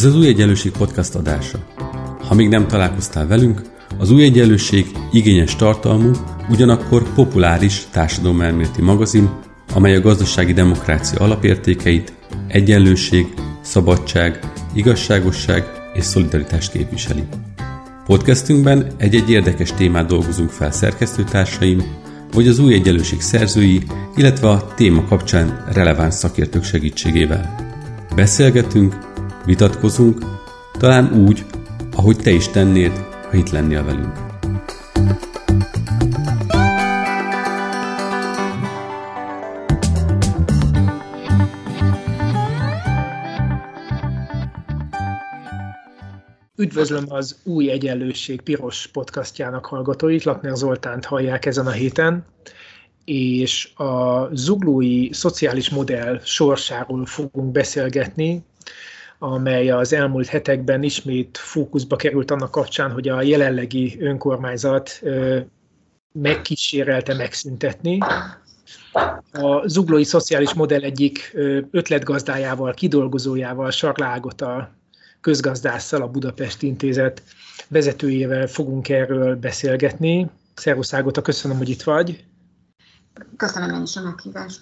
Ez az Új Egyenlőség podcast adása. Ha még nem találkoztál velünk, az Új Egyenlőség igényes tartalmú, ugyanakkor populáris társadalomelméleti magazin, amely a gazdasági demokrácia alapértékeit, egyenlőség, szabadság, igazságosság és szolidaritást képviseli. Podcastünkben egy-egy érdekes témát dolgozunk fel szerkesztőtársaim, vagy az Új Egyenlőség szerzői, illetve a téma kapcsán releváns szakértők segítségével. Beszélgetünk, vitatkozunk, talán úgy, ahogy te is tennéd, ha itt lennél velünk. Üdvözlöm az Új Egyenlőség piros podcastjának hallgatóit, Lakner Zoltánt hallják ezen a héten, és a zuglói szociális modell sorsáról fogunk beszélgetni, amely az elmúlt hetekben ismét fókuszba került annak kapcsán, hogy a jelenlegi önkormányzat megkísérelte megszüntetni. A zuglói szociális modell egyik ötletgazdájával, kidolgozójával, Sarlá Ágota közgazdásszal, a Budapest Intézet vezetőjével fogunk erről beszélgetni. Szervusz Ágota, köszönöm, hogy itt vagy. Köszönöm én is a meghívást.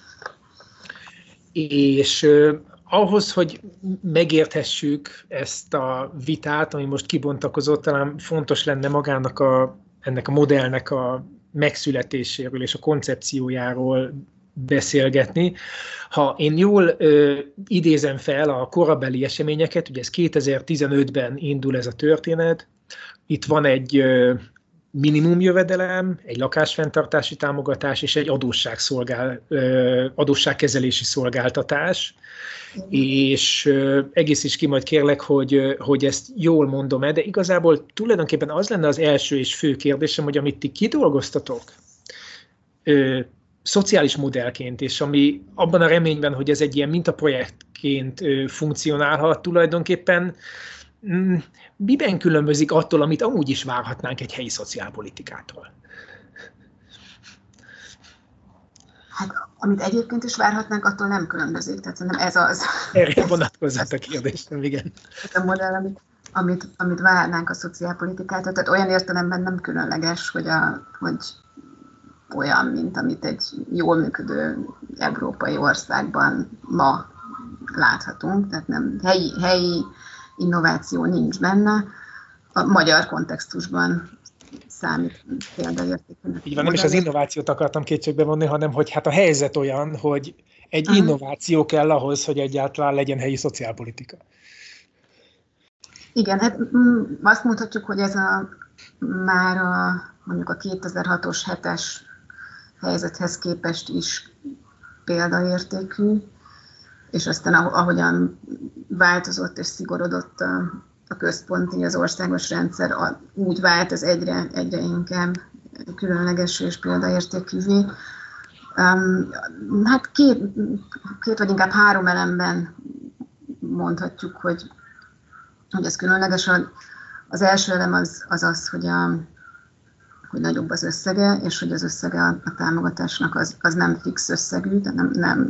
És ahhoz, hogy megérthessük ezt a vitát, ami most kibontakozott, talán fontos lenne magának ennek a modellnek a megszületéséről és a koncepciójáról beszélgetni. Ha én jól idézem fel a korabeli eseményeket, ugye ez 2015-ben indul ez a történet, itt van egy minimumjövedelem, egy lakásfenntartási támogatás és egy adósságkezelési szolgáltatás, és egész is ki majd kérlek, hogy ezt jól mondom-e, de igazából tulajdonképpen az lenne az első és fő kérdésem, hogy amit ti kidolgoztatok szociális modellként, és ami abban a reményben, hogy ez egy ilyen mintaprojektként funkcionálhat, tulajdonképpen miben különbözik attól, amit amúgy is várhatnánk egy helyi szociálpolitikától? Hát, amit egyébként is várhatnánk, attól nem különbözik, tehát szerintem ez az. Erre vonatkozott a kérdésem, igen. Ez a modell, amit várnánk a szociálpolitikától, tehát olyan értelemben nem különleges, hogy olyan, mint amit egy jól működő európai országban ma láthatunk, tehát nem helyi innováció nincs benne, a magyar kontextusban számít példaértékűnek. Így van, nem is az innovációt akartam kétségbe vonni, hanem hogy hát a helyzet olyan, hogy egy innováció kell ahhoz, hogy egyáltalán legyen helyi szociálpolitika. Igen, hát azt mondhatjuk, hogy ez mondjuk a 2006-os 7-es helyzethez képest is példaértékű, és aztán ahogyan változott és szigorodott a központi, az országos rendszer, úgy vált ez egyre inkább különleges és példaértékűvé. Hát két vagy inkább három elemben mondhatjuk, hogy ez különleges. Az első elem az, hogy nagyobb az összege, és hogy az összege a támogatásnak az nem fix összegű, tehát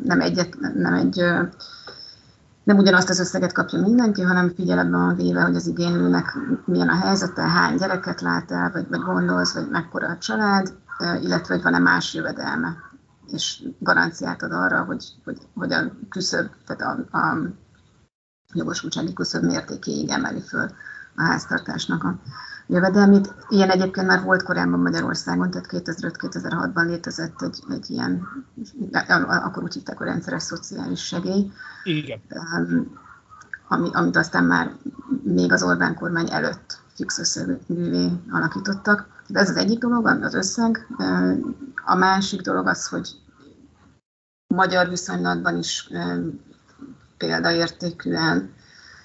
nem ugyanazt az összeget kapja mindenki, hanem figyelembe van véve, hogy az igénylőnek milyen a helyzete, hány gyereket lát el, vagy gondoz, vagy mekkora a család, illetve hogy van-e más jövedelme, és garanciát ad arra, hogy a küszöb, tehát a jogosultsági küszöb mértékéig emeli föl a háztartásnak a jövedelmét. Ilyen egyébként már volt korábban Magyarországon, tehát 2005-2006-ban létezett egy ilyen, akkor úgy hívták, a rendszeres szociális segély. Igen. Amit aztán már még az Orbán kormány előtt fix összegűvé alakítottak. De ez az egyik dolog, az összeg. A másik dolog az, hogy magyar viszonylatban is példaértékűen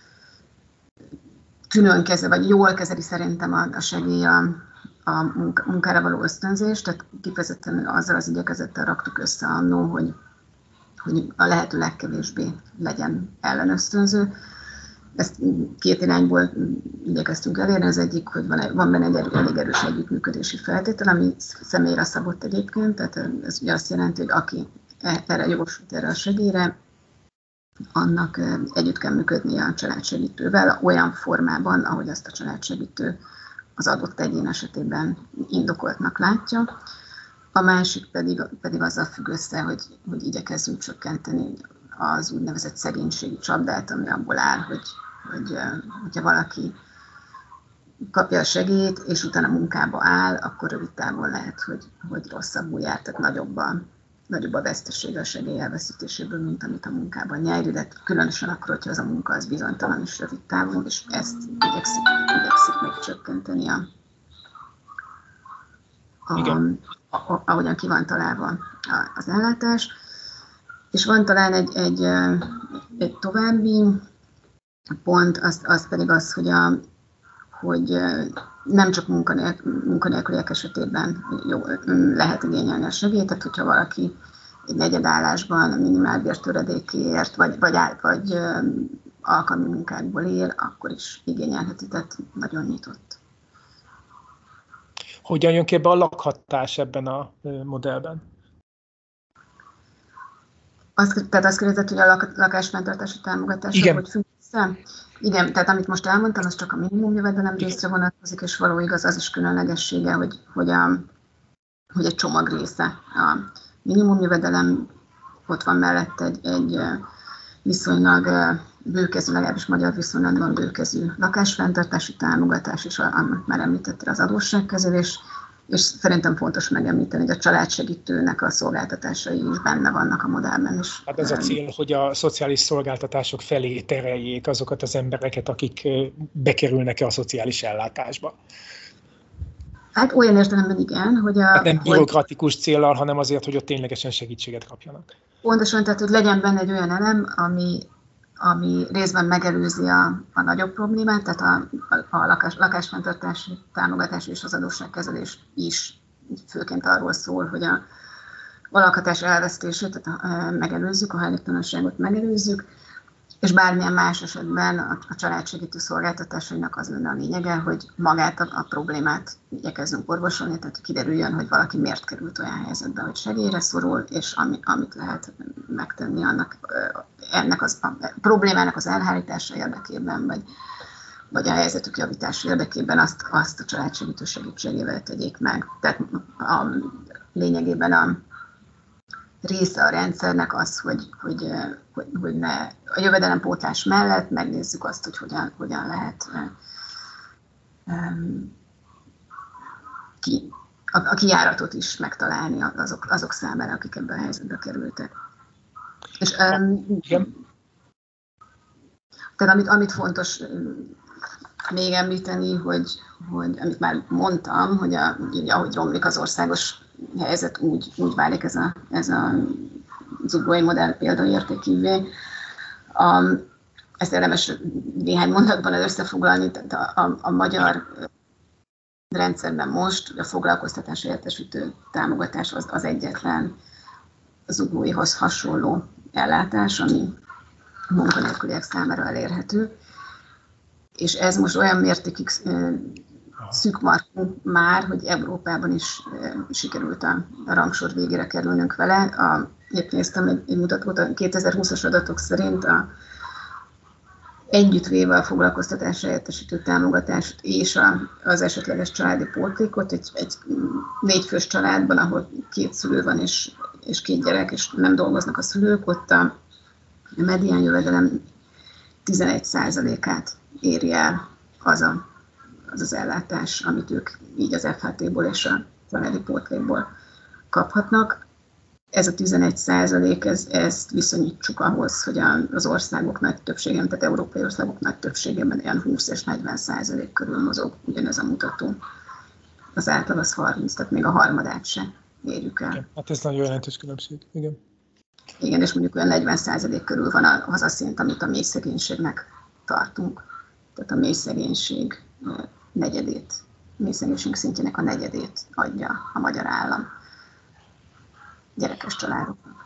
külön vagy jól kezeli szerintem a segély a munkára való ösztönzést, tehát kifejezetten azzal az igyekezettel raktuk össze annó, hogy a lehető legkevésbé legyen ellenösztönző. Ezt két irányból igyekeztünk elérni. Az egyik, hogy van benne egy elég erős együttműködési feltétel, ami személyre szabott egyébként, tehát ez ugye azt jelenti, hogy aki erre jogosult erre a segélyre, annak együtt kell működnie a családsegítővel olyan formában, ahogy azt a családsegítő az adott egyén esetében indokoltnak látja. A másik pedig azzal függ össze, hogy igyekezzünk csökkenteni az úgynevezett szegénységi csapdát, ami abból áll, hogyha valaki kapja a segélyt, és utána munkába áll, akkor rövid távon lehet, hogy rosszabbul jár, tehát nagyobb a vesztesége a segély elveszítéséből, mint amit a munkában nyer, de különösen akkor, hogyha az a munka az bizonytalan és rövid távon, és ezt igyekszik még csökkenteni ahogyan ki van találva az ellátás. És van talán egy további pont, az pedig az, hogy nem csak munkanélküliek esetében lehet igényelni a segélyt, tehát hogyha valaki egy negyedállásban a minimálbér töredékéért, vagy alkalmi munkákból él, akkor is igényelheti, tehát nagyon nyitott. Hogyan jön ki be a lakhatás ebben a modellben? Tehát azt kérdezett, hogy a lakásfenntartási támogatásra hogy függ össze? Igen, tehát amit most elmondtam, az csak a minimumjövedelem részre vonatkozik, és való igaz, az is különlegessége, hogy egy csomag része. A minimumjövedelem, ott van mellett egy viszonylag bőkezű, legalábbis magyar viszonylatban bőkezű lakásfenntartási támogatás, és amit már említette, az adósságkezelés, és szerintem fontos megemlíteni, hogy a családsegítőnek a szolgáltatásai is benne vannak a modellben is. Hát ez a cél, hogy a szociális szolgáltatások felé tereljék azokat az embereket, akik bekerülnek-e a szociális ellátásba. Hát olyan értelemben igen, hogy hát nem bürokratikus céllal, hanem azért, hogy ott ténylegesen segítséget kapjanak. Pontosan, tehát hogy legyen benne egy olyan elem, ami részben megelőzi a nagyobb problémát, tehát a lakásfenntartási támogatás és az adósságkezelés is főként arról szól, hogy a lakhatás elvesztését megelőzzük, a hajléktalanságot megelőzzük, és bármilyen más esetben a családsegítő szolgáltatásainak az lenne a lényege, hogy magát a problémát igyekezzünk orvosolni, tehát kiderüljön, hogy valaki miért került olyan helyzetbe, hogy segélyre szorul, és amit lehet megtenni ennek a problémának az elhárítása érdekében, vagy a helyzetük javítása érdekében azt a családsegítő segítségével tegyék meg. Tehát lényegében a része a rendszernek az, hogy ne, a jövedelempótlás mellett megnézzük azt, hogy hogyan lehet a kijáratot is megtalálni azok számára, akik ebben a helyzetbe kerültek. És tehát amit fontos még említeni, hogy amit már mondtam, hogy ahogy romlik az országos helyzet, úgy válik ez a zuglói modell példaértékűvé. Ezt érdemes néhány mondatban összefoglalni, tehát a magyar rendszerben most a foglalkoztatási értesítő támogatás az egyetlen zuglóihoz hasonló ellátás, ami munkanélküliek számára elérhető. És ez most olyan mértékig szűkmarkú már, hogy Európában is sikerült a rangsor végére kerülnünk vele. Épp néztem egy mutatót, a 2020-as adatok szerint együttvéve a foglalkoztatásra értesítő támogatást és az esetleges családi pótlékot egy 4 fős családban, ahol 2 szülő van és 2 gyerek, és nem dolgoznak a szülők, ott a medián jövedelem 11%-át éri el az ellátás, amit ők így az FHT-ból és a családi pótlékból kaphatnak. Ez a 11%, ezt viszonyítsuk ahhoz, hogy az országok nagy többségében, tehát európai országok nagy többségében ilyen 20 és 40% körül mozog ugyanez a mutató. Az átlag az 30, tehát még a harmadát se érjük el. Igen, hát ez nagyon jelentős különbség, igen. Igen, és mondjuk olyan 40% körül van az a szint, amit a mély szegénységnek tartunk. Tehát a mély szegénység negyedét, mély szegénység szintjének a negyedét adja a magyar állam gyerekes családoknak.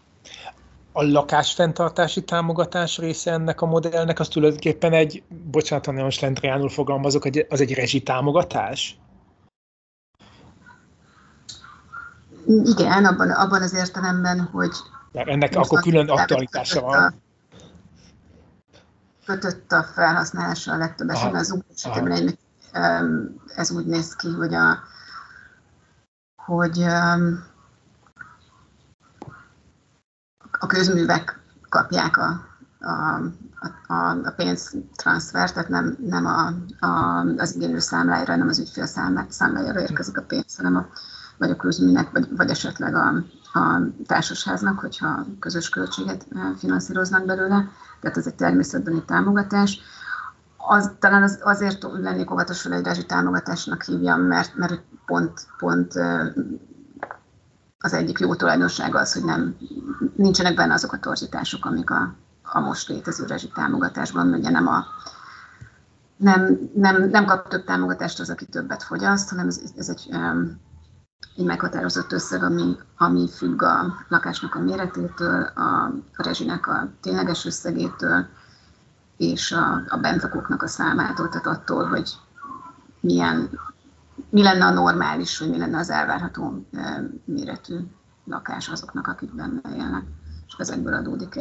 A lakásfenntartási támogatás része ennek a modellnek az tulajdonképpen bocsánat, nagyon slendriánul fogalmazok, az egy rezsitámogatás? Igen, abban az értelemben, hogy... Ennek akkor külön aktualitása van. kötött a felhasználása a legtöbb esetben. Az Ugró esetében ez úgy néz ki, hogy a közművek kapják a pénztranszfert, tehát nem az igénylő számlájára, nem az ügyfél számlájára érkezik a pénz, hanem vagy a közműnek, vagy esetleg a társasháznak, hogyha közös költséget finanszíroznak belőle. Tehát ez egy természetbeni támogatás. Talán azért lennék óvatos, hogy egy rezsitámogatásnak hívjam, mert pont az egyik jó tulajdonság az, hogy nincsenek benne azok a torzítások, amik a most létező rezsitámogatásban, ugye nem kap több támogatást az, aki többet fogyaszt, hanem ez egy meghatározott összeg, ami függ a lakásnak a méretétől, a rezsinek a tényleges összegétől, és a bentlakóknak a számától, tehát attól, hogy mi lenne a normális, vagy mi lenne az elvárható méretű lakás azoknak, akik benne élnek. És ezekből adódik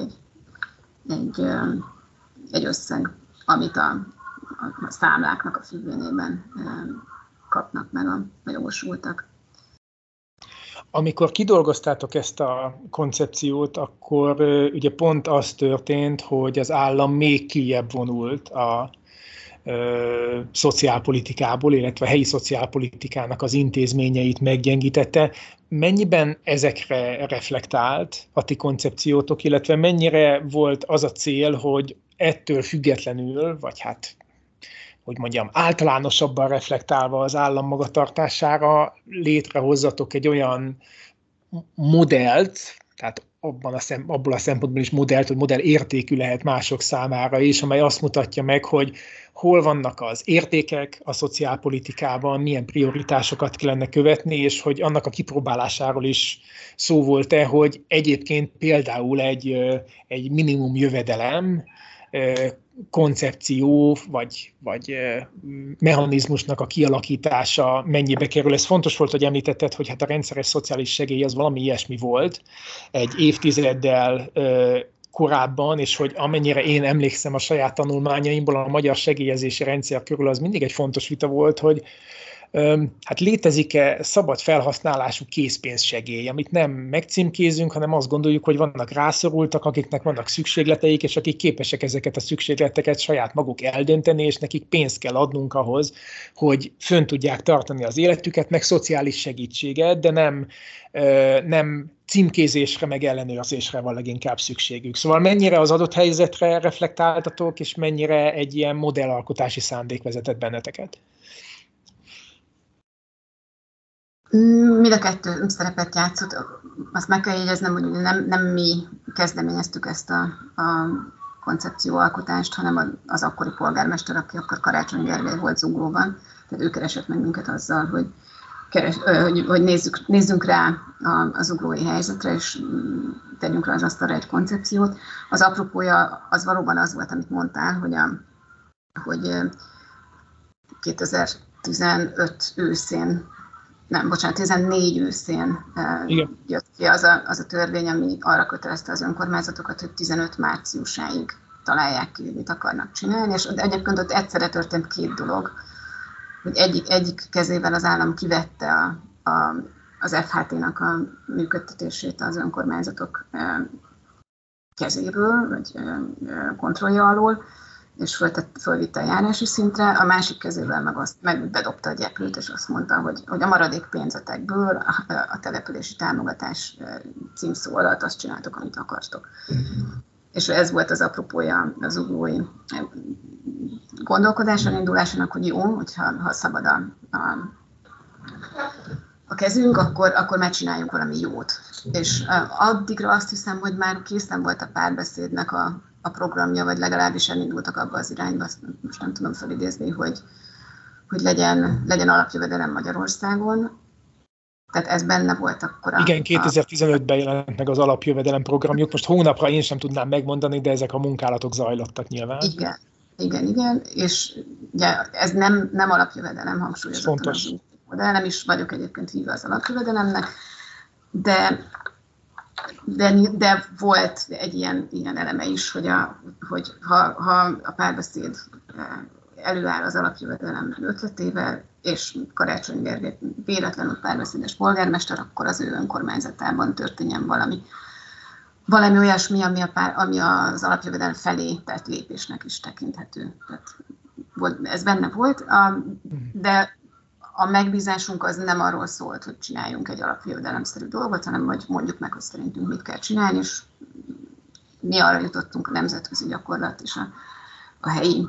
egy összeg, amit a számláknak a függvényében kapnak meg a jogosultak. Amikor kidolgoztátok ezt a koncepciót, akkor ugye pont az történt, hogy az állam még kijjebb vonult a szociálpolitikából, illetve a helyi szociálpolitikának az intézményeit meggyengítette. Mennyiben ezekre reflektált a ti koncepciótok, illetve mennyire volt az a cél, hogy ettől függetlenül, vagy hát, hogy mondjam, általánosabban reflektálva az állam magatartására létrehozzatok egy olyan modellt, tehát abból a szempontból is modellt, hogy modell értékű lehet mások számára is, amely azt mutatja meg, hogy hol vannak az értékek a szociálpolitikában, milyen prioritásokat kellene követni, és hogy annak a kipróbálásáról is szó volt-e, hogy egyébként például egy minimum jövedelem koncepció vagy mechanizmusnak a kialakítása mennyibe kerül. Ez fontos volt, hogy említetted, hogy hát a rendszeres szociális segély az valami ilyesmi volt egy évtizeddel korábban, és hogy amennyire én emlékszem a saját tanulmányaimból, a magyar segélyezési rendszer körül az mindig egy fontos vita volt, hogy hát létezik-e szabad felhasználású készpénzsegély, amit nem megcímkézünk, hanem azt gondoljuk, hogy vannak rászorultak, akiknek vannak szükségleteik, és akik képesek ezeket a szükségleteket saját maguk eldönteni, és nekik pénzt kell adnunk ahhoz, hogy fönn tudják tartani az életüket, meg szociális segítséget, de nem címkézésre, meg ellenőrzésre van leginkább szükségük. Szóval mennyire az adott helyzetre reflektáltatok, és mennyire egy ilyen modellalkotási szándék vezetett benneteket? Mind a kettő szerepet játszott. Azt meg kell jegyeznem, hogy nem mi kezdeményeztük ezt a koncepcióalkotást, hanem az akkori polgármester, aki akkor Karácsony Gergely volt Zugróban. Tehát ő keresett meg minket azzal, hogy nézzünk rá a zugrói helyzetre, és tegyünk rá az asztalra egy koncepciót. Az apropója az valóban az volt, amit mondtál, hogy 2015 őszén, 14 őszén jött ki az a törvény, ami arra kötelezte az önkormányzatokat, hogy 15 márciusáig találják ki, mit akarnak csinálni, és egyébként ott egyszerre történt két dolog, hogy egyik kezével az állam kivette az FHT-nak a működtetését az önkormányzatok kezéből, vagy kontrollja alól, és fölvitte a járási szintre, a másik kezével meg bedobta a gyeplőt, és azt mondta, hogy a maradék pénzetekből a települési támogatás címszó alatt azt csináltok, amit akartok. És ez volt az apropója az ugrói gondolkodáson indulásának, hogy jó, hogyha szabad a kezünk, akkor megcsináljunk valami jót. És addigra azt hiszem, hogy már készen volt a párbeszédnek a programja, vagy legalábbis elindultak abba az irányba, most nem tudom felidézni, hogy legyen alapjövedelem Magyarországon. Tehát ez benne volt akkor. Igen, 2015-ben jelent meg az alapjövedelem programjuk. Most hónapra én sem tudnám megmondani, de ezek a munkálatok zajlottak nyilván. Igen. És ugye ez nem alapjövedelem, hangsúlyozottan. De nem is vagyok egyébként hívva az alapjövedelemnek, de De volt egy ilyen eleme is, hogy ha a párbeszéd előáll az alapjövedelem ötletével, és Karácsony Gergely véletlenül párbeszédes polgármester, akkor az ő önkormányzatában történjen valami olyasmi, ami az alapjövedelem felé tett lépésnek is tekinthető. Tehát ez benne volt, de a megbízásunk az nem arról szólt, hogy csináljunk egy alapjövedelemszerű dolgot, hanem hogy mondjuk meg, hogy szerintünk mit kell csinálni, és mi arra jutottunk a nemzetközi gyakorlat és a helyi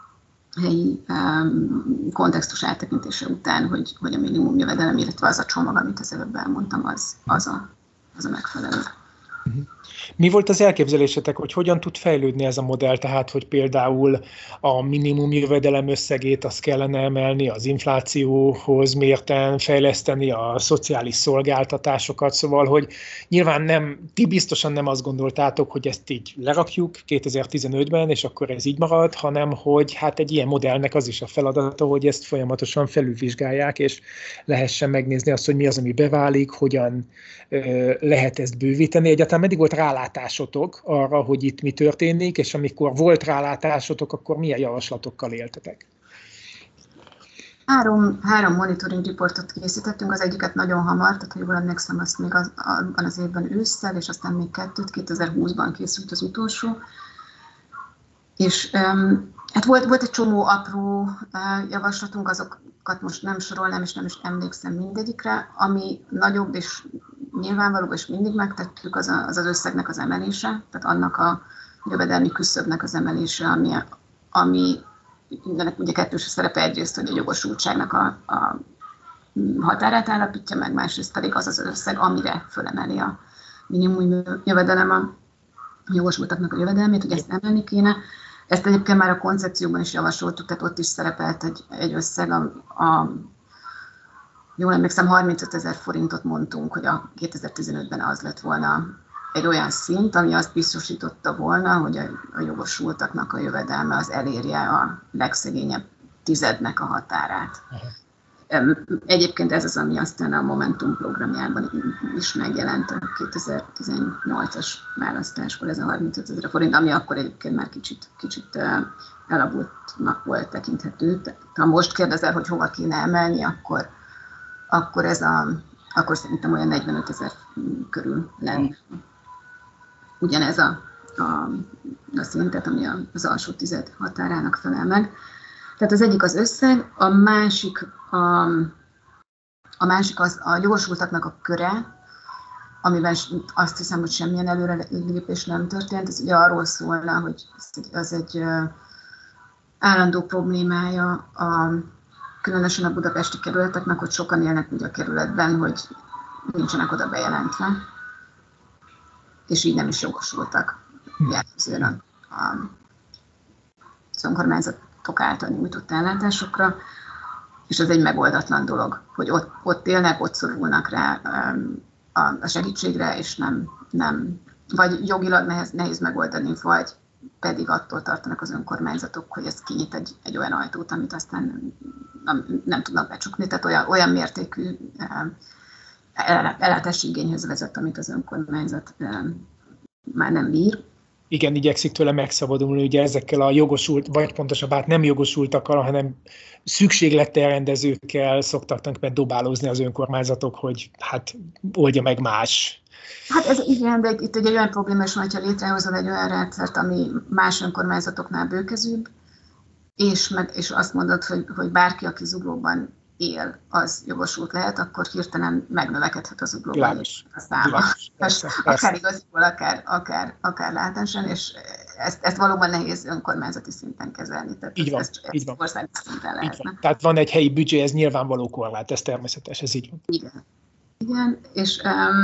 kontextus áttekintése után, hogy a minimum jövedelem, illetve az a csomag, amit az előbb elmondtam, az a megfelelő. Mi volt az elképzelésetek, hogy hogyan tud fejlődni ez a modell, tehát hogy például a minimum jövedelem összegét azt kellene emelni, az inflációhoz mérten fejleszteni a szociális szolgáltatásokat, szóval, hogy nyilván ti biztosan nem azt gondoltátok, hogy ezt így lerakjuk 2015-ben, és akkor ez így marad, hanem hogy hát egy ilyen modellnek az is a feladata, hogy ezt folyamatosan felülvizsgálják, és lehessen megnézni azt, hogy mi az, ami beválik, hogyan lehet ezt bővíteni. Egyáltalán meddig volt rálátásotok arra, hogy itt mi történik, és amikor volt rálátásotok, akkor milyen javaslatokkal éltetek? Három monitoring reportot készítettünk, az egyiket nagyon hamar, tehát ha jól emlékszem, azt még abban az évben ősszel, és aztán még 2020-ban készült az utolsó. És hát volt egy csomó apró javaslatunk, azokat most nem sorolnám, és nem is emlékszem mindegyikre, ami nagyobb és nyilvánvaló, és mindig megtettük, az összegnek az emelése, tehát annak a jövedelmi küszöbnek az emelése, ami mindenek ugye kettős szerepe, egyrészt, hogy a jogosultságnak a határát állapítja meg, másrészt pedig az összeg, amire fölemeli a minimum jövedelem a jogosultaknak a jövedelmét, hogy ezt emelni kéne. Ezt egyébként már a koncepcióban is javasoltuk, tehát ott is szerepelt egy összeg, jól emlékszem, 35 000 forintot mondtunk, hogy a 2015-ben az lett volna egy olyan szint, ami azt biztosította volna, hogy a jogosultaknak a jövedelme az elérje a legszegényebb tizednek a határát. Egyébként ez az, ami aztán a Momentum programjában is megjelent a 2018-as választáskor, ez a 35 000 forint, ami akkor egyébként már kicsit elavultnak volt tekinthető. Ha most kérdezel, hogy hova kéne emelni, akkor szerintem olyan 45 000 körül lenne. Ugyanez a szintet, ami az alsó tized határának felel meg. Tehát az egyik az összeg, a másik az a jogosultaknak a köre, amiben azt hiszem, hogy semmilyen előrelépés nem történt. Ez ugye arról szólna, hogy az egy állandó problémája különösen a budapesti kerületeknek, hogy sokan élnek úgy a kerületben, hogy nincsenek oda bejelentve, és így nem is jogosultak jellemzően az önkormányzatok által nyújtott ellátásokra, és ez egy megoldatlan dolog, hogy ott élnek, ott szorulnak rá a segítségre, és nem vagy jogilag nehéz megoldani, vagy pedig attól tartanak az önkormányzatok, hogy ez kinyit egy olyan ajtót, amit aztán nem tudnak becsukni, tehát olyan mértékű ellátási igényhez vezet, amit az önkormányzat már nem bír. Igen, igyekszik tőle megszabadulni, ugye ezekkel a jogosult, vagy pontosabb nem jogosultakkal, hanem szükséglettelrendezőkkel szoktak meg dobálózni az önkormányzatok, hogy hát oldja meg más. Hát ez igen, de itt egy olyan probléma is van, hogyha létrehozol egy olyan rendszert, ami más önkormányzatoknál bőkezőbb, és azt mondod, hogy bárki, aki zuglóban él, az jogosult lehet, akkor hirtelen megnövekedhet az zuglóban is a száma. Akár igaziból, akár látásan, és ezt valóban nehéz önkormányzati szinten kezelni. Tehát így van, ezt országos szinten lehetne. Tehát van egy helyi büdzsé, ez nyilvánvaló korlát, ez természetes, ez így van. Igen, és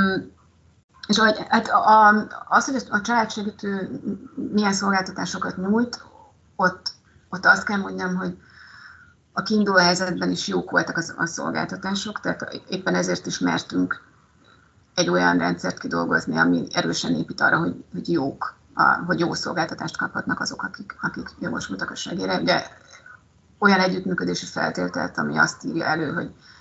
hát az, hogy a családsegítő milyen szolgáltatásokat nyújt, ott azt kell mondjam, hogy a kiinduló helyzetben is jók voltak a szolgáltatások, tehát éppen ezért is mertünk egy olyan rendszert kidolgozni, ami erősen épít arra, hogy jó szolgáltatást kaphatnak azok, akik jogosultak a segélyre. Ugye olyan együttműködési feltételt, ami azt írja elő, hogy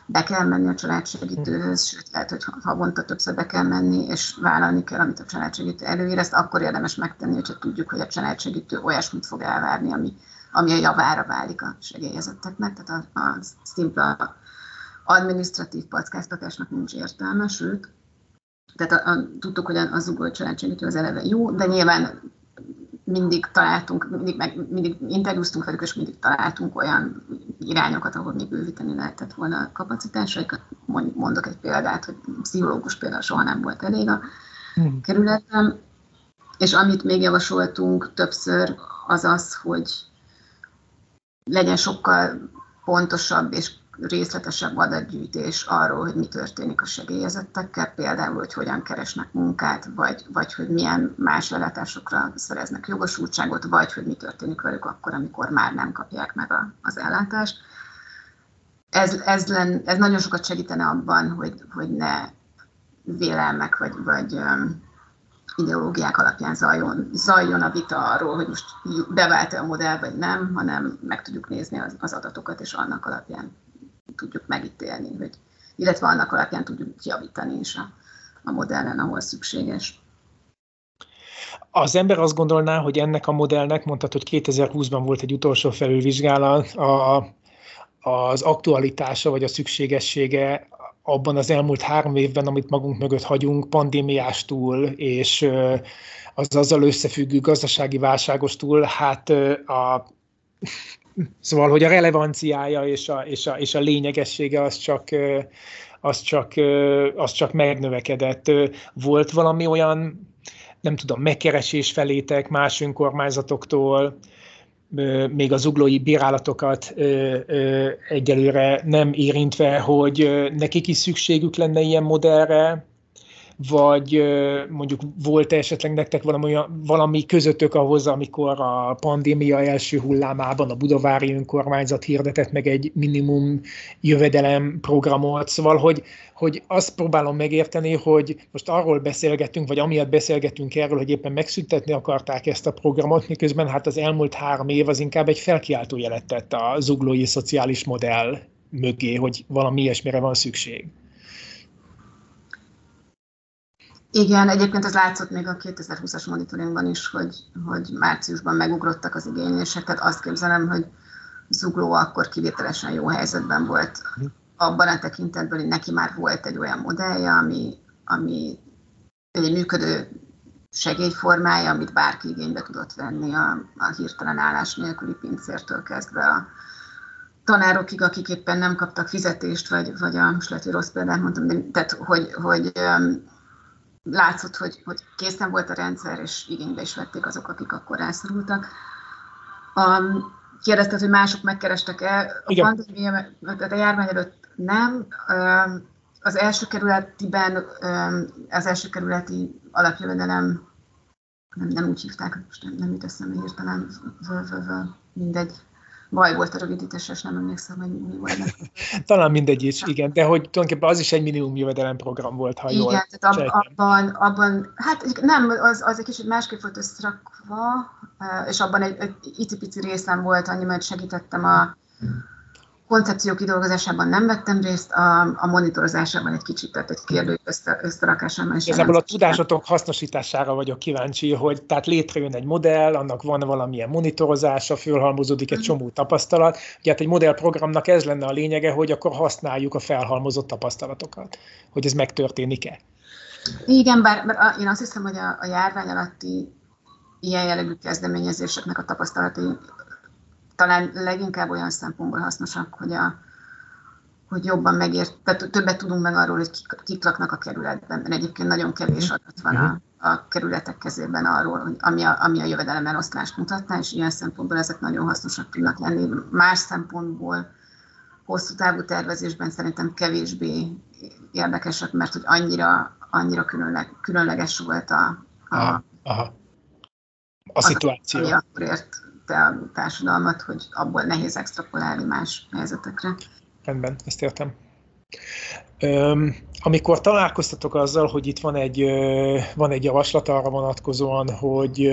be kell menni a családsegítőhöz, sőt lehet, hogy havonta többször be kell menni, és vállalni kell, amit a családsegítő előír, ezt akkor érdemes megtenni, hogyha tudjuk, hogy a családsegítő olyasmit fog elvárni, ami a javára válik a segélyezetteknek, tehát a szimpla adminisztratív packáztatásnak nincs értelme, sőt, tehát tudtuk, hogy a zuglói családsegítő az eleve jó, de nyilván mindig találtunk, mindig interjúztunk velük, és mindig találtunk olyan irányokat, ahol még bővíteni lehetett volna a kapacitásaikat. Mondok egy példát, hogy pszichológus például soha nem volt elég a kerületben, és amit még javasoltunk többször, az az, hogy legyen sokkal pontosabb és részletesebb adatgyűjtés arról, hogy mi történik a segélyezettekkel, például, hogy hogyan keresnek munkát, vagy hogy milyen más ellátásokra szereznek jogosultságot, vagy hogy mi történik velük akkor, amikor már nem kapják meg az ellátást. Ez nagyon sokat segítene abban, hogy ne vélelmek vagy ideológiák alapján zajjon a vita arról, hogy most bevált-e a modell, vagy nem, hanem meg tudjuk nézni az adatokat, és annak alapján tudjuk megítélni, illetve annak alapján tudjuk javítani is a modellen, ahol szükséges. Az ember azt gondolná, hogy ennek a modellnek, mondtad, hogy 2020-ban volt egy utolsó felülvizsgálat, az aktualitása vagy a szükségessége abban az elmúlt 3 évben, amit magunk mögött hagyunk, pandémiástól és az azzal összefüggő gazdasági válságostól, hát szóval, hogy a relevanciája és a lényegessége az csak megnövekedett. Volt valami olyan, nem tudom, megkeresés felétek más önkormányzatoktól, még a zuglói bírálatokat egyelőre nem érintve, hogy nekik is szükségük lenne ilyen modellre, vagy mondjuk volt esetleg nektek valami közöttök ahhoz, amikor a pandémia első hullámában a budavári önkormányzat hirdetett meg egy minimum jövedelem programot, szóval, hogy azt próbálom megérteni, hogy most arról beszélgettünk, vagy amiatt beszélgettünk erről, hogy éppen megszüntetni akarták ezt a programot, miközben hát az elmúlt 3 év az inkább egy felkiáltó jelet tett a zuglói szociális modell mögé, hogy valami ilyesmire van szükség. Igen, egyébként ez látszott még a 2020-as monitoringban is, hogy márciusban megugrottak az igénylések, tehát azt képzelem, hogy Zugló akkor kivételesen jó helyzetben volt abban a tekintetben, hogy neki már volt egy olyan modellje, ami egy működő segélyformája, amit bárki igénybe tudott venni a hirtelen állás nélküli pincértől kezdve a tanárokig, akik éppen nem kaptak fizetést, vagy most lehet, hogy rossz példát mondtam, de tehát hogy látszott, hogy készen volt a rendszer, és igénybe is vették azok, akik akkor rászorultak. Kérdezted, hogy mások megkerestek-e? A pandémia, tehát a járvány előtt nem. Az első kerületi alapjövedelem, nem úgy hívták, most nem jut eszembe hirtelen, mindegy. Baj volt a rövidítés, és nem emlékszem, hogy mi volt. Talán mindegy is, igen, de hogy tulajdonképpen az is egy minimum jövedelem program volt, ha jól sejtem. Igen, abban, hát nem, az egy kicsit másképp volt összerakva, és abban egy icipici részem volt, annyiban segítettem a koncepció kidolgozásában, nem vettem részt, a monitorozásában egy kicsit, tehát egy kérdő összerakásában is. Igazából a tudásotok hasznosítására vagyok kíváncsi, hogy tehát létrejön egy modell, annak van valamilyen monitorozása, fölhalmozódik egy csomó tapasztalat. Ugye hát egy modellprogramnak ez lenne a lényege, hogy akkor használjuk a felhalmozott tapasztalatokat, hogy ez megtörténik-e. Igen, bár én azt hiszem, hogy a járvány alatti ilyen jellegű kezdeményezéseknek a tapasztalatai talán leginkább olyan szempontból hasznosak, hogy jobban tehát többet tudunk meg arról, hogy kik laknak a kerületben, mert egyébként nagyon kevés adat van a kerületek kezében arról, hogy ami a jövedelem eloszlást mutatná, és ilyen szempontból ezek nagyon hasznosak tudnak lenni. Más szempontból hosszú távú tervezésben szerintem kevésbé érdekesek, mert hogy annyira különleges volt a szituáció. Ami akkor ért a társadalmat, hogy abból nehéz extrapolálni más helyzetekre. Rendben, ezt értem. Amikor találkoztatok azzal, hogy itt van egy javaslat arra vonatkozóan, hogy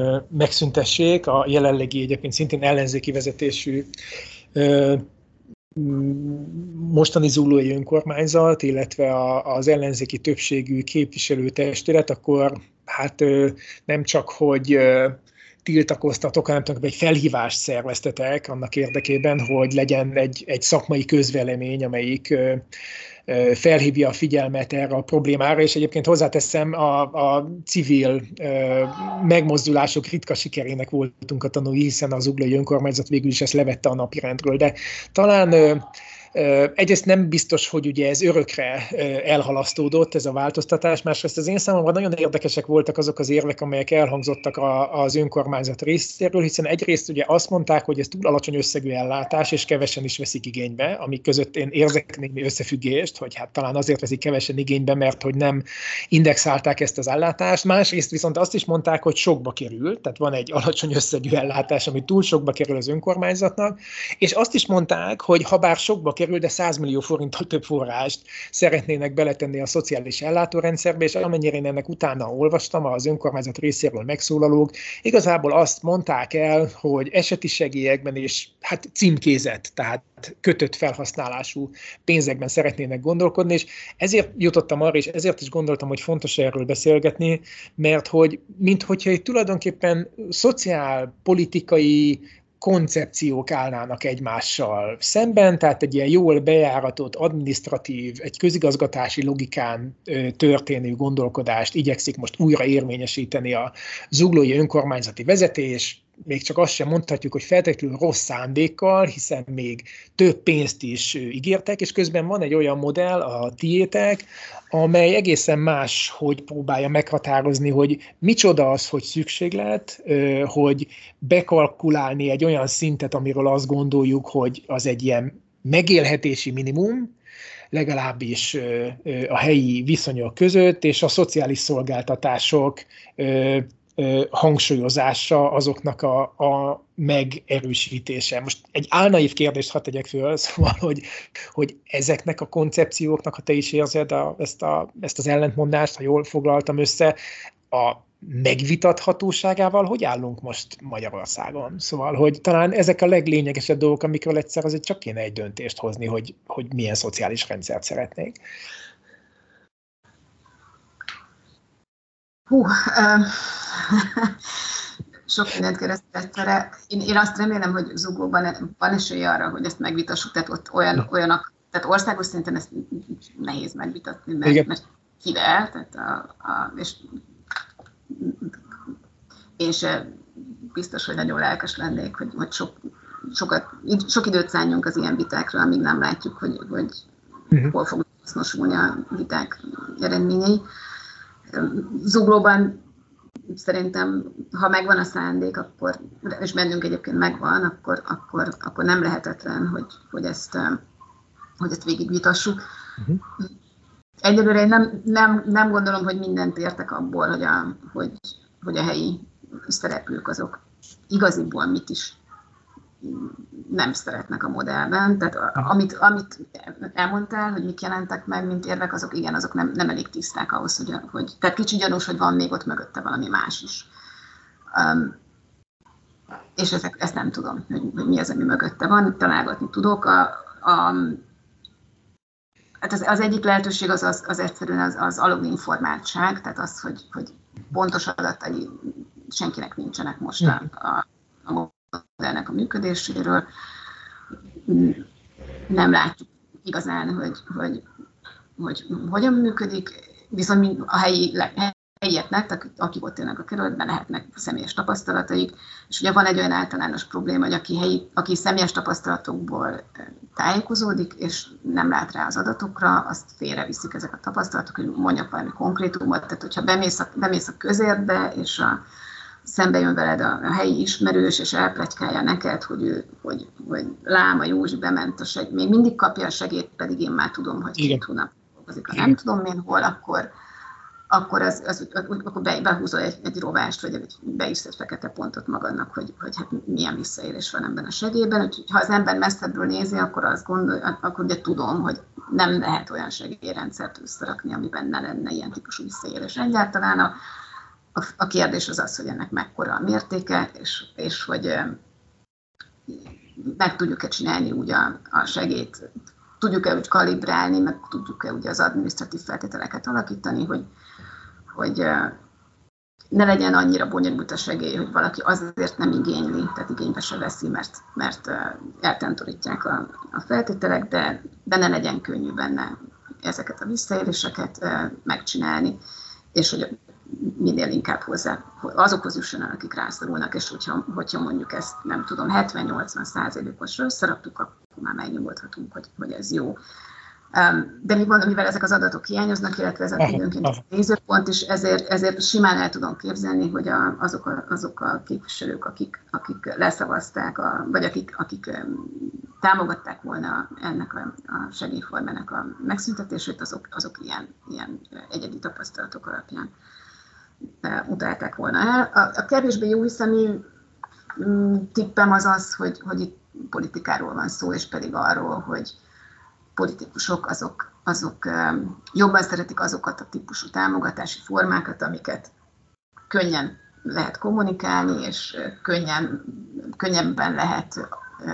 megszüntessék a jelenlegi egyébként szintén ellenzéki vezetésű mostani zuglói önkormányzat, illetve az ellenzéki többségű képviselőtestület, akkor hát nem csak, hogy tiltakoztatok, hanem egy felhívást szerveztetek annak érdekében, hogy legyen egy szakmai közvélemény, amelyik felhívja a figyelmet erre a problémára, és egyébként hozzáteszem, a civil megmozdulások ritka sikerének voltunk a tanúi, hiszen az zuglói önkormányzat végül is ezt levette a napirendről, de talán egyrészt nem biztos, hogy ugye ez örökre elhalasztódott, ez a változtatás, másrészt az én számomra nagyon érdekesek voltak azok az érvek, amelyek elhangzottak az önkormányzat részéről, hiszen egyrészt ugye azt mondták, hogy ez túl alacsony összegű ellátás, és kevesen is veszik igénybe, amik között én érzek némi összefüggést, hogy hát talán azért veszik kevesen igénybe, mert hogy nem indexálták ezt az ellátást, másrészt viszont azt is mondták, hogy sokba kerül, tehát van egy alacsony összegű ellátás, ami túl sokba kerül az önkormányzatnak, és azt is mondták, hogy ha bár sokba kerül, de 100 millió forinttal több forrást szeretnének beletenni a szociális ellátórendszerbe, és amennyire én ennek utána olvastam az önkormányzat részéről megszólalók, igazából azt mondták el, hogy eseti segélyekben és hát címkézett, tehát kötött felhasználású pénzekben szeretnének gondolkodni, és ezért jutottam arra, és ezért is gondoltam, hogy fontos erről beszélgetni, mert hogy minthogyha itt tulajdonképpen szociálpolitikai koncepciók állnának egymással szemben, tehát egy ilyen jól bejáratott, adminisztratív, egy közigazgatási logikán történő gondolkodást igyekszik most újra érvényesíteni a zuglói önkormányzati vezetés, még csak azt sem mondhatjuk, hogy feltétlenül rossz szándékkal, hiszen még több pénzt is ígértek, és közben van egy olyan modell, a tiétek, amely egészen más, hogy próbálja meghatározni, hogy micsoda az, hogy szükséglet, hogy bekalkulálni egy olyan szintet, amiről azt gondoljuk, hogy az egy ilyen megélhetési minimum, legalábbis a helyi viszonyok között, és a szociális szolgáltatások hangsúlyozása, azoknak a megerősítése. Most egy álnaív kérdést hadd tegyek föl, szóval, hogy ezeknek a koncepcióknak, ha te is érzed ezt az ellentmondást, ha jól foglaltam össze, a megvitathatóságával hogy állunk most Magyarországon? Szóval, hogy talán ezek a leglényegesebb dolgok, amikről egyszer azért csak kéne egy döntést hozni, hogy milyen szociális rendszert szeretnék. Sok mindent kérdeztek egyszerre. Én azt remélem, hogy Zuglóban van esély arra, hogy ezt megvitassuk, tehát ott olyanok, tehát országos szinten ezt nehéz megvitatni, mert kivel, tehát és biztos, hogy nagyon lelkes lennék, hogy sok időt szálljunk az ilyen vitákra, amíg nem látjuk, hogy hol fognak hasznosulni a viták eredményei. Zuglóban szerintem, ha megvan a szándék, akkor, és bennünk egyébként megvan, akkor nem lehetetlen, hogy ezt végigvitassuk. Egyelőre én nem gondolom, hogy mindent értek abból, hogy a helyi szereplők azok igaziból mit is nem szeretnek a modellben. Tehát amit elmondtál, hogy mik jelentek meg, mint érvek, azok igen, azok nem elég tiszták ahhoz, hogy tehát kicsi gyanús, hogy van még ott mögötte valami más is. És ezt nem tudom, hogy mi az, ami mögötte van, találgatni tudok. Hát az egyik lehetőség az egyszerűen az alulinformáltság, tehát az, hogy pontos adatai senkinek nincsenek most a modellnek a működéséről. Nem látjuk igazán, hogy hogyan működik, viszont a helyieknek, akik ott élnek a kerületben, lehetnek személyes tapasztalataik, és ugye van egy olyan általános probléma, hogy aki személyes tapasztalatokból tájékozódik, és nem lát rá az adatokra, azt félreviszik ezek a tapasztalatok, hogy mondjak valami konkrétumot, tehát hogyha bemész a közértbe, és szembe jön veled a helyi ismerős, és elpletykálja neked, hogy Láma Józsi bement a segély, még mindig kapja a segélyt, pedig én már tudom, hogy 2 hónap dolgozik, ha nem tudom én hol, akkor behúzol egy rovást, vagy beírsz egy fekete pontot magadnak, hogy hát milyen visszaélés van ebben a segélyben. Úgyhogy ha az ember messzebbről nézi, akkor azt akkor ugye tudom, hogy nem lehet olyan segélyrendszert összerakni, amiben ne lenne ilyen típusú visszaélés. Egyáltalán a kérdés az, hogy ennek mekkora a mértéke, és hogy meg tudjuk-e csinálni úgy a segélyt, tudjuk-e úgy kalibrálni, meg tudjuk-e úgy az adminisztratív feltételeket alakítani, hogy ne legyen annyira bonyolult a segély, hogy valaki azért nem igényli, tehát igénybe se veszi, mert eltántorítják a feltételek, de ne legyen könnyű benne ezeket a visszaéléseket megcsinálni, és hogy minél inkább azokhoz jussanak, akik rászorulnak, és hogyha mondjuk ezt, nem tudom, 70-80%-osra összeraktuk, akkor már megnyugodhatunk, hogy ez jó. De mivel ezek az adatok hiányoznak, illetve ezek időnként a nézőpont is, ezért simán el tudom képzelni, hogy azok a képviselők, akik leszavazták, vagy akik támogatták volna ennek a segélyformának a megszüntetését, azok ilyen egyedi tapasztalatok alapján utálták volna el. A kevésbé jó hiszemű tippem az, hogy itt politikáról van szó, és pedig arról, hogy politikusok azok jobban szeretik azokat a típusú támogatási formákat, amiket könnyen lehet kommunikálni, és könnyebben lehet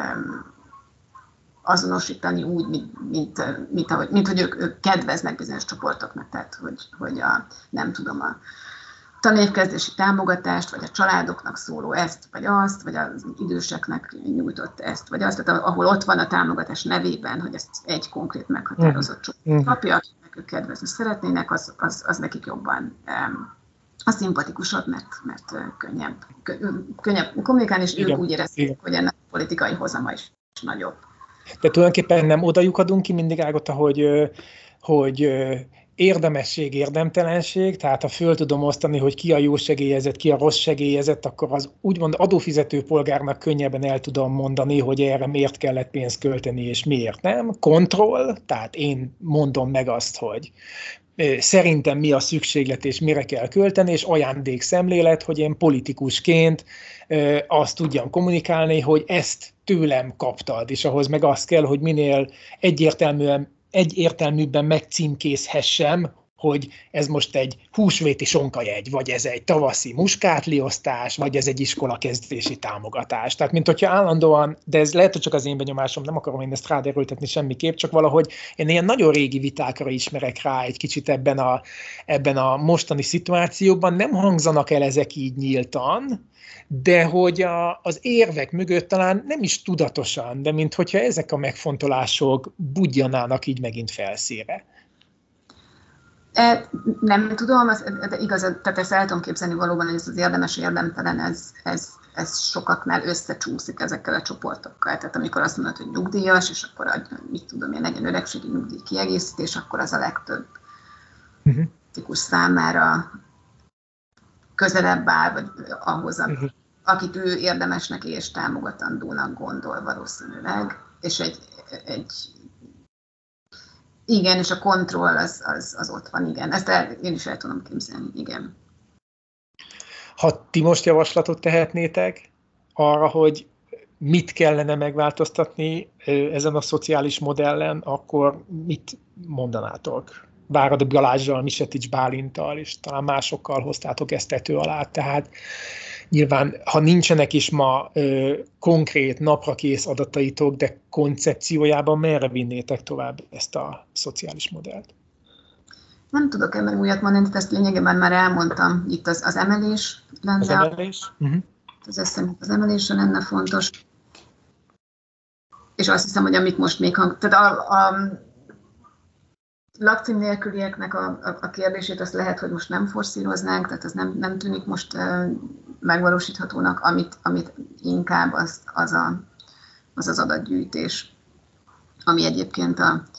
azonosítani úgy, mint hogy ők kedveznek bizonyos csoportoknak, tehát hogy nem tudom, a tanévkezdési támogatást, vagy a családoknak szóló ezt, vagy azt, vagy az időseknek nyújtott ezt, vagy azt, tehát ahol ott van a támogatás nevében, hogy ezt egy konkrét meghatározott csoport kapja, akinek ők kedvezni szeretnének, az nekik jobban a szimpatikusabb, mert könnyebb kommunikálni, és ők úgy érezték, hogy ennek a politikai hozama is nagyobb. De tulajdonképpen nem oda lyukadunk ki mindig, Ágota, hogy érdemesség, érdemtelenség, tehát ha föl tudom osztani, hogy ki a jó segélyezett, ki a rossz segélyezett, akkor az úgymond adófizető polgárnak könnyebben el tudom mondani, hogy erre miért kellett pénzt költeni, és miért nem. Kontroll, tehát én mondom meg azt, hogy szerintem mi a szükséglet, és mire kell költeni, és ajándékszemlélet, hogy én politikusként azt tudjam kommunikálni, hogy ezt tőlem kaptad, és ahhoz meg az kell, hogy minél egyértelműbben megcímkézhessem, hogy ez most egy húsvéti sonkajegy, vagy ez egy tavaszi muskátlioztás, vagy ez egy iskolakezdési támogatás. Tehát, mint hogyha állandóan, de ez lehet, hogy csak az én benyomásom, nem akarom én ezt ráderültetni semmiképp, csak valahogy én ilyen nagyon régi vitákra ismerek rá egy kicsit ebben a mostani szituációban, nem hangzanak el ezek így nyíltan, de hogy az érvek mögött talán nem is tudatosan, de minthogyha ezek a megfontolások budjanának így megint felszínre. Nem tudom, de igaz, tehát ezt el tudom képzelni valóban, hogy ez az érdemes, érdemtelen, ez sokaknál összecsúszik ezekkel a csoportokkal. Tehát amikor azt mondod, hogy nyugdíjas, és akkor mit tudom én, legyen öregségi nyugdíj kiegészítés, akkor az a legtöbb politikus számára közelebb áll, vagy ahhoz, akit ő érdemesnek és támogatandónak gondol valószínűleg, és igen, és a kontroll az ott van, igen. Ezt én is el tudom képzelni, igen. Ha ti most javaslatot tehetnétek arra, hogy mit kellene megváltoztatni ezen a szociális modellen, akkor mit mondanátok? Váradi Balázssal, Misetics Bálinttal, és talán másokkal hoztátok ezt tető alá. Tehát nyilván, ha nincsenek is ma konkrét naprakész adataitok, de koncepciójában merre vinnétek tovább ezt a szociális modellt? Nem tudok ebben újat mondani, tehát ezt lényegében már elmondtam. Itt az emelés lenne. Az emelés? Az emelésre lenne fontos. És azt hiszem, hogy amit most még tehát a lakcím nélkülieknek a kérdését azt lehet, hogy most nem forszíroznánk, tehát ez nem tűnik most megvalósíthatónak, amit inkább az adatgyűjtés, ami egyébként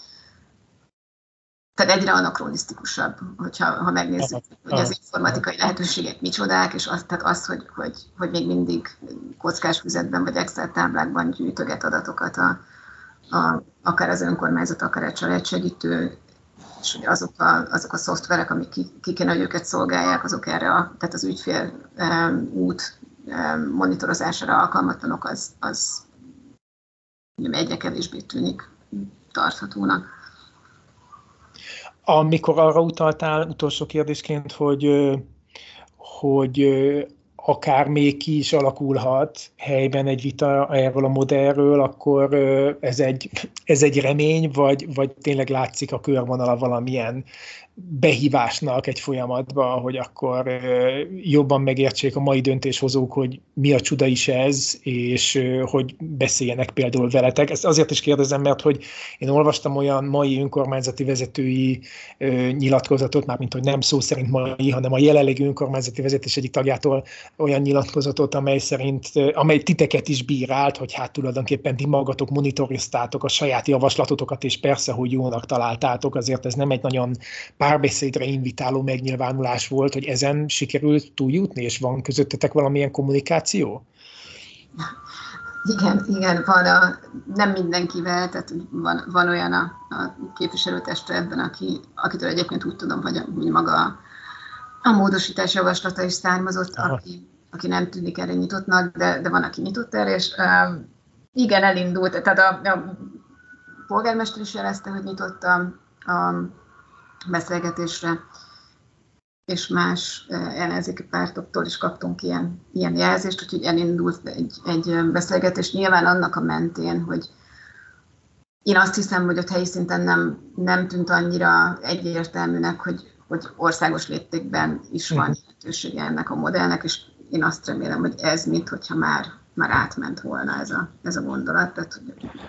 tehát egyre anakronisztikusabb, ha megnézzük, hogy az informatikai lehetőségek micsodák, és hogy még mindig kockás füzetben vagy Excel táblákban gyűjtöget adatokat akár az önkormányzat, akár egy családsegítő, és hogy azok a szoftverek, amik ki kéne, hogy őket szolgálják, azok erre, tehát az ügyfél út monitorozására alkalmatlanok, az egyre kevésbé tűnik tarthatónak. Amikor arra utaltál utolsó kérdésként, hogy akár még ki is alakulhat helyben egy vita erről a modellről, akkor ez egy remény, vagy tényleg látszik a körvonala valamilyen behívásnak egy folyamatba, hogy akkor jobban megértsék a mai döntéshozók, hogy mi a csuda is ez, és hogy beszéljenek például veletek. Ezt azért is kérdezem, mert hogy én olvastam olyan mai önkormányzati vezetői nyilatkozatot, mármint hogy nem szó szerint mai, hanem a jelenlegi önkormányzati vezetés egyik tagjától olyan nyilatkozatot, amely titeket is bírált, hogy hát tulajdonképpen ti magatok monitoroztátok a saját javaslatotokat, és persze, hogy jónak találtátok, azért ez nem egy nagyon párbeszédre invitáló megnyilvánulás volt, hogy ezen sikerült túljutni, és van közöttetek valamilyen kommunikáció? Igen, nem mindenkivel, tehát van olyan a képviselőtestületben, akitől egyébként úgy tudom, hogy maga a módosítás javaslata is származott, aki nem tűnik erre nyitottnak, de van, aki nyitott erre, és igen, elindult. Tehát a polgármester is jelezte, hogy nyitott a beszélgetésre, és más ellenzéki pártoktól is kaptunk ilyen jelzést, úgyhogy elindult egy beszélgetés nyilván annak a mentén, hogy én azt hiszem, hogy ott helyi szinten nem tűnt annyira egyértelműnek, hogy országos léptékben is van lehetősége ennek a modellnek, és én azt remélem, hogy ez minthogyha már átment volna ez a gondolat, tehát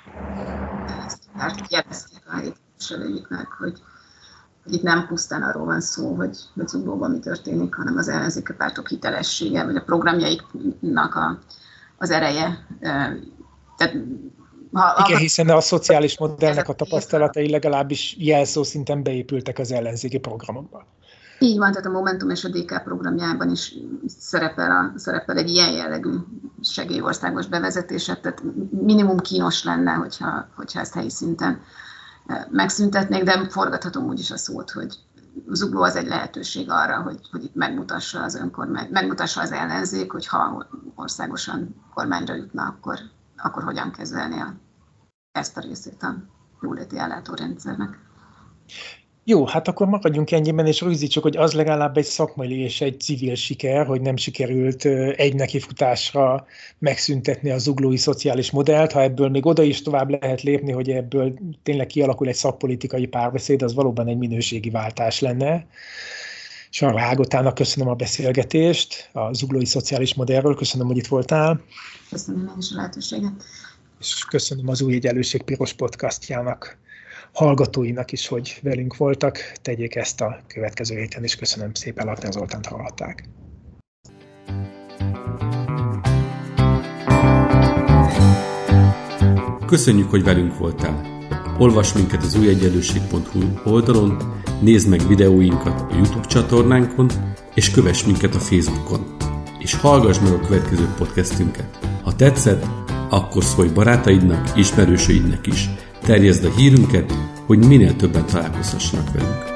hogy jelezték a helyi képviselőiknek, hogy itt nem pusztán arról van szó, hogy Zuglóban mi történik, hanem az ellenzéki pártok hitelessége, vagy a programjaiknak az ereje. Tehát, igen, hiszen a szociális modellnek a tapasztalatai legalábbis jelszó szinten beépültek az ellenzéki programokba. Így van, tehát a Momentum és a DK programjában is szerepel egy ilyen jellegű segélyországos bevezetése, tehát minimum kínos lenne, hogyha ezt helyi szinten megszüntetnék, de forgathatom úgyis a szót, hogy Zugló az egy lehetőség arra, hogy itt megmutassa megmutassa az ellenzék, hogy ha országosan kormányra jutna, akkor hogyan kezelni ezt a részét a jóléti ellátórendszernek. Jó, hát akkor maradjunk ennyiben, és rögzítsük, hogy az legalább egy szakmai és egy civil siker, hogy nem sikerült egy nekifutásra megszüntetni a zuglói szociális modellt. Ha ebből még oda is tovább lehet lépni, hogy ebből tényleg kialakul egy szakpolitikai párbeszéd, az valóban egy minőségi váltás lenne. Sarva Ágotának köszönöm a beszélgetést a zuglói szociális modellről, köszönöm, hogy itt voltál. Köszönöm én is a lehetőséget. És köszönöm az Új Egyenlőség Piros podcastjának hallgatóinak is, hogy velünk voltak. Tegyék ezt a következő héten is. Köszönöm szépen, Lakner Zoltánt hallhatták. Köszönjük, hogy velünk voltál. Olvasd minket az újegyenlőség.hu oldalon, nézd meg videóinkat a YouTube csatornánkon, és kövess minket a Facebookon. És hallgass meg a következő podcastünket. Ha tetszett, akkor szólj barátaidnak, ismerősöidnek is. Terjeszd a hírünket, hogy minél többen találkozhassanak velünk.